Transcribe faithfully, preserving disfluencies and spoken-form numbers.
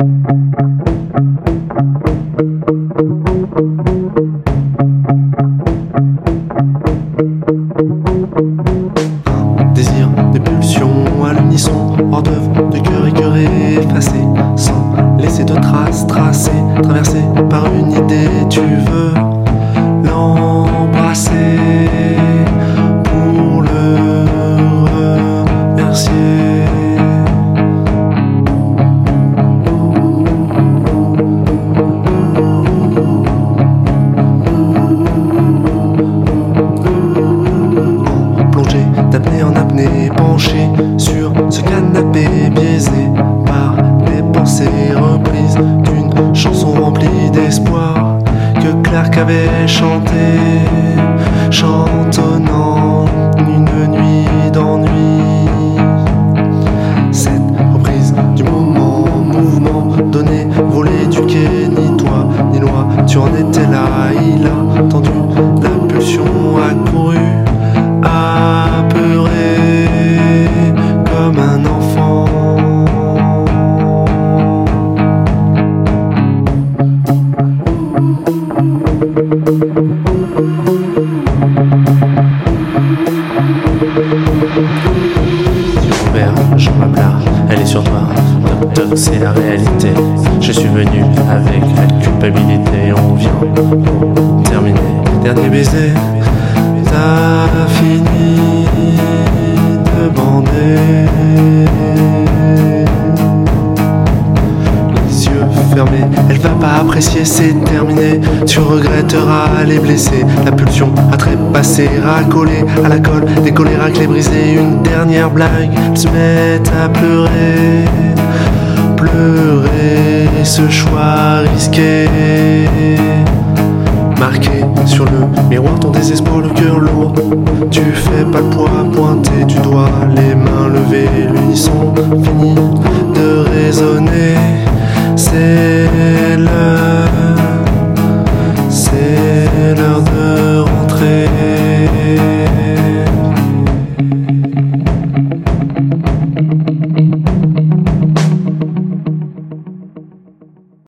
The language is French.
Désir, des pulsions à l'unisson, hors d'œuvre de cœur et cœur effacé, sans laisser de traces tracées, traversé par une idée. Tu veux l'embrasser pour le remercier. D'apnée en apnée, penché sur ce canapé, biaisé par des pensées reprises d'une chanson remplie d'espoir que Clark avait chanté, chantonnant une nuit d'ennui. Cette reprise du moment, mouvement donné, volé du quai, ni toi ni loi, tu en étais là. Il a tendu la pulsion, accouru, apeuré comme un enfant. Yeux ouverts, jambes à plat, elle est sur toi. Docteur, c'est la réalité. Je suis venu avec la culpabilité. On vient pour terminer. Dernier baiser. T'as fini de bander, les yeux fermés, elle va pas apprécier, c'est terminé. Tu regretteras les blessés, la pulsion à trépasser, racoler à la colle, décoller, racler, briser. Une dernière blague, elle se met à pleurer, pleurer ce choix risqué. Marqué sur le miroir ton désespoir, le cœur lourd. Tu fais pas le poids, pointer du doigt, les mains levées, l'unisson fini de résonner.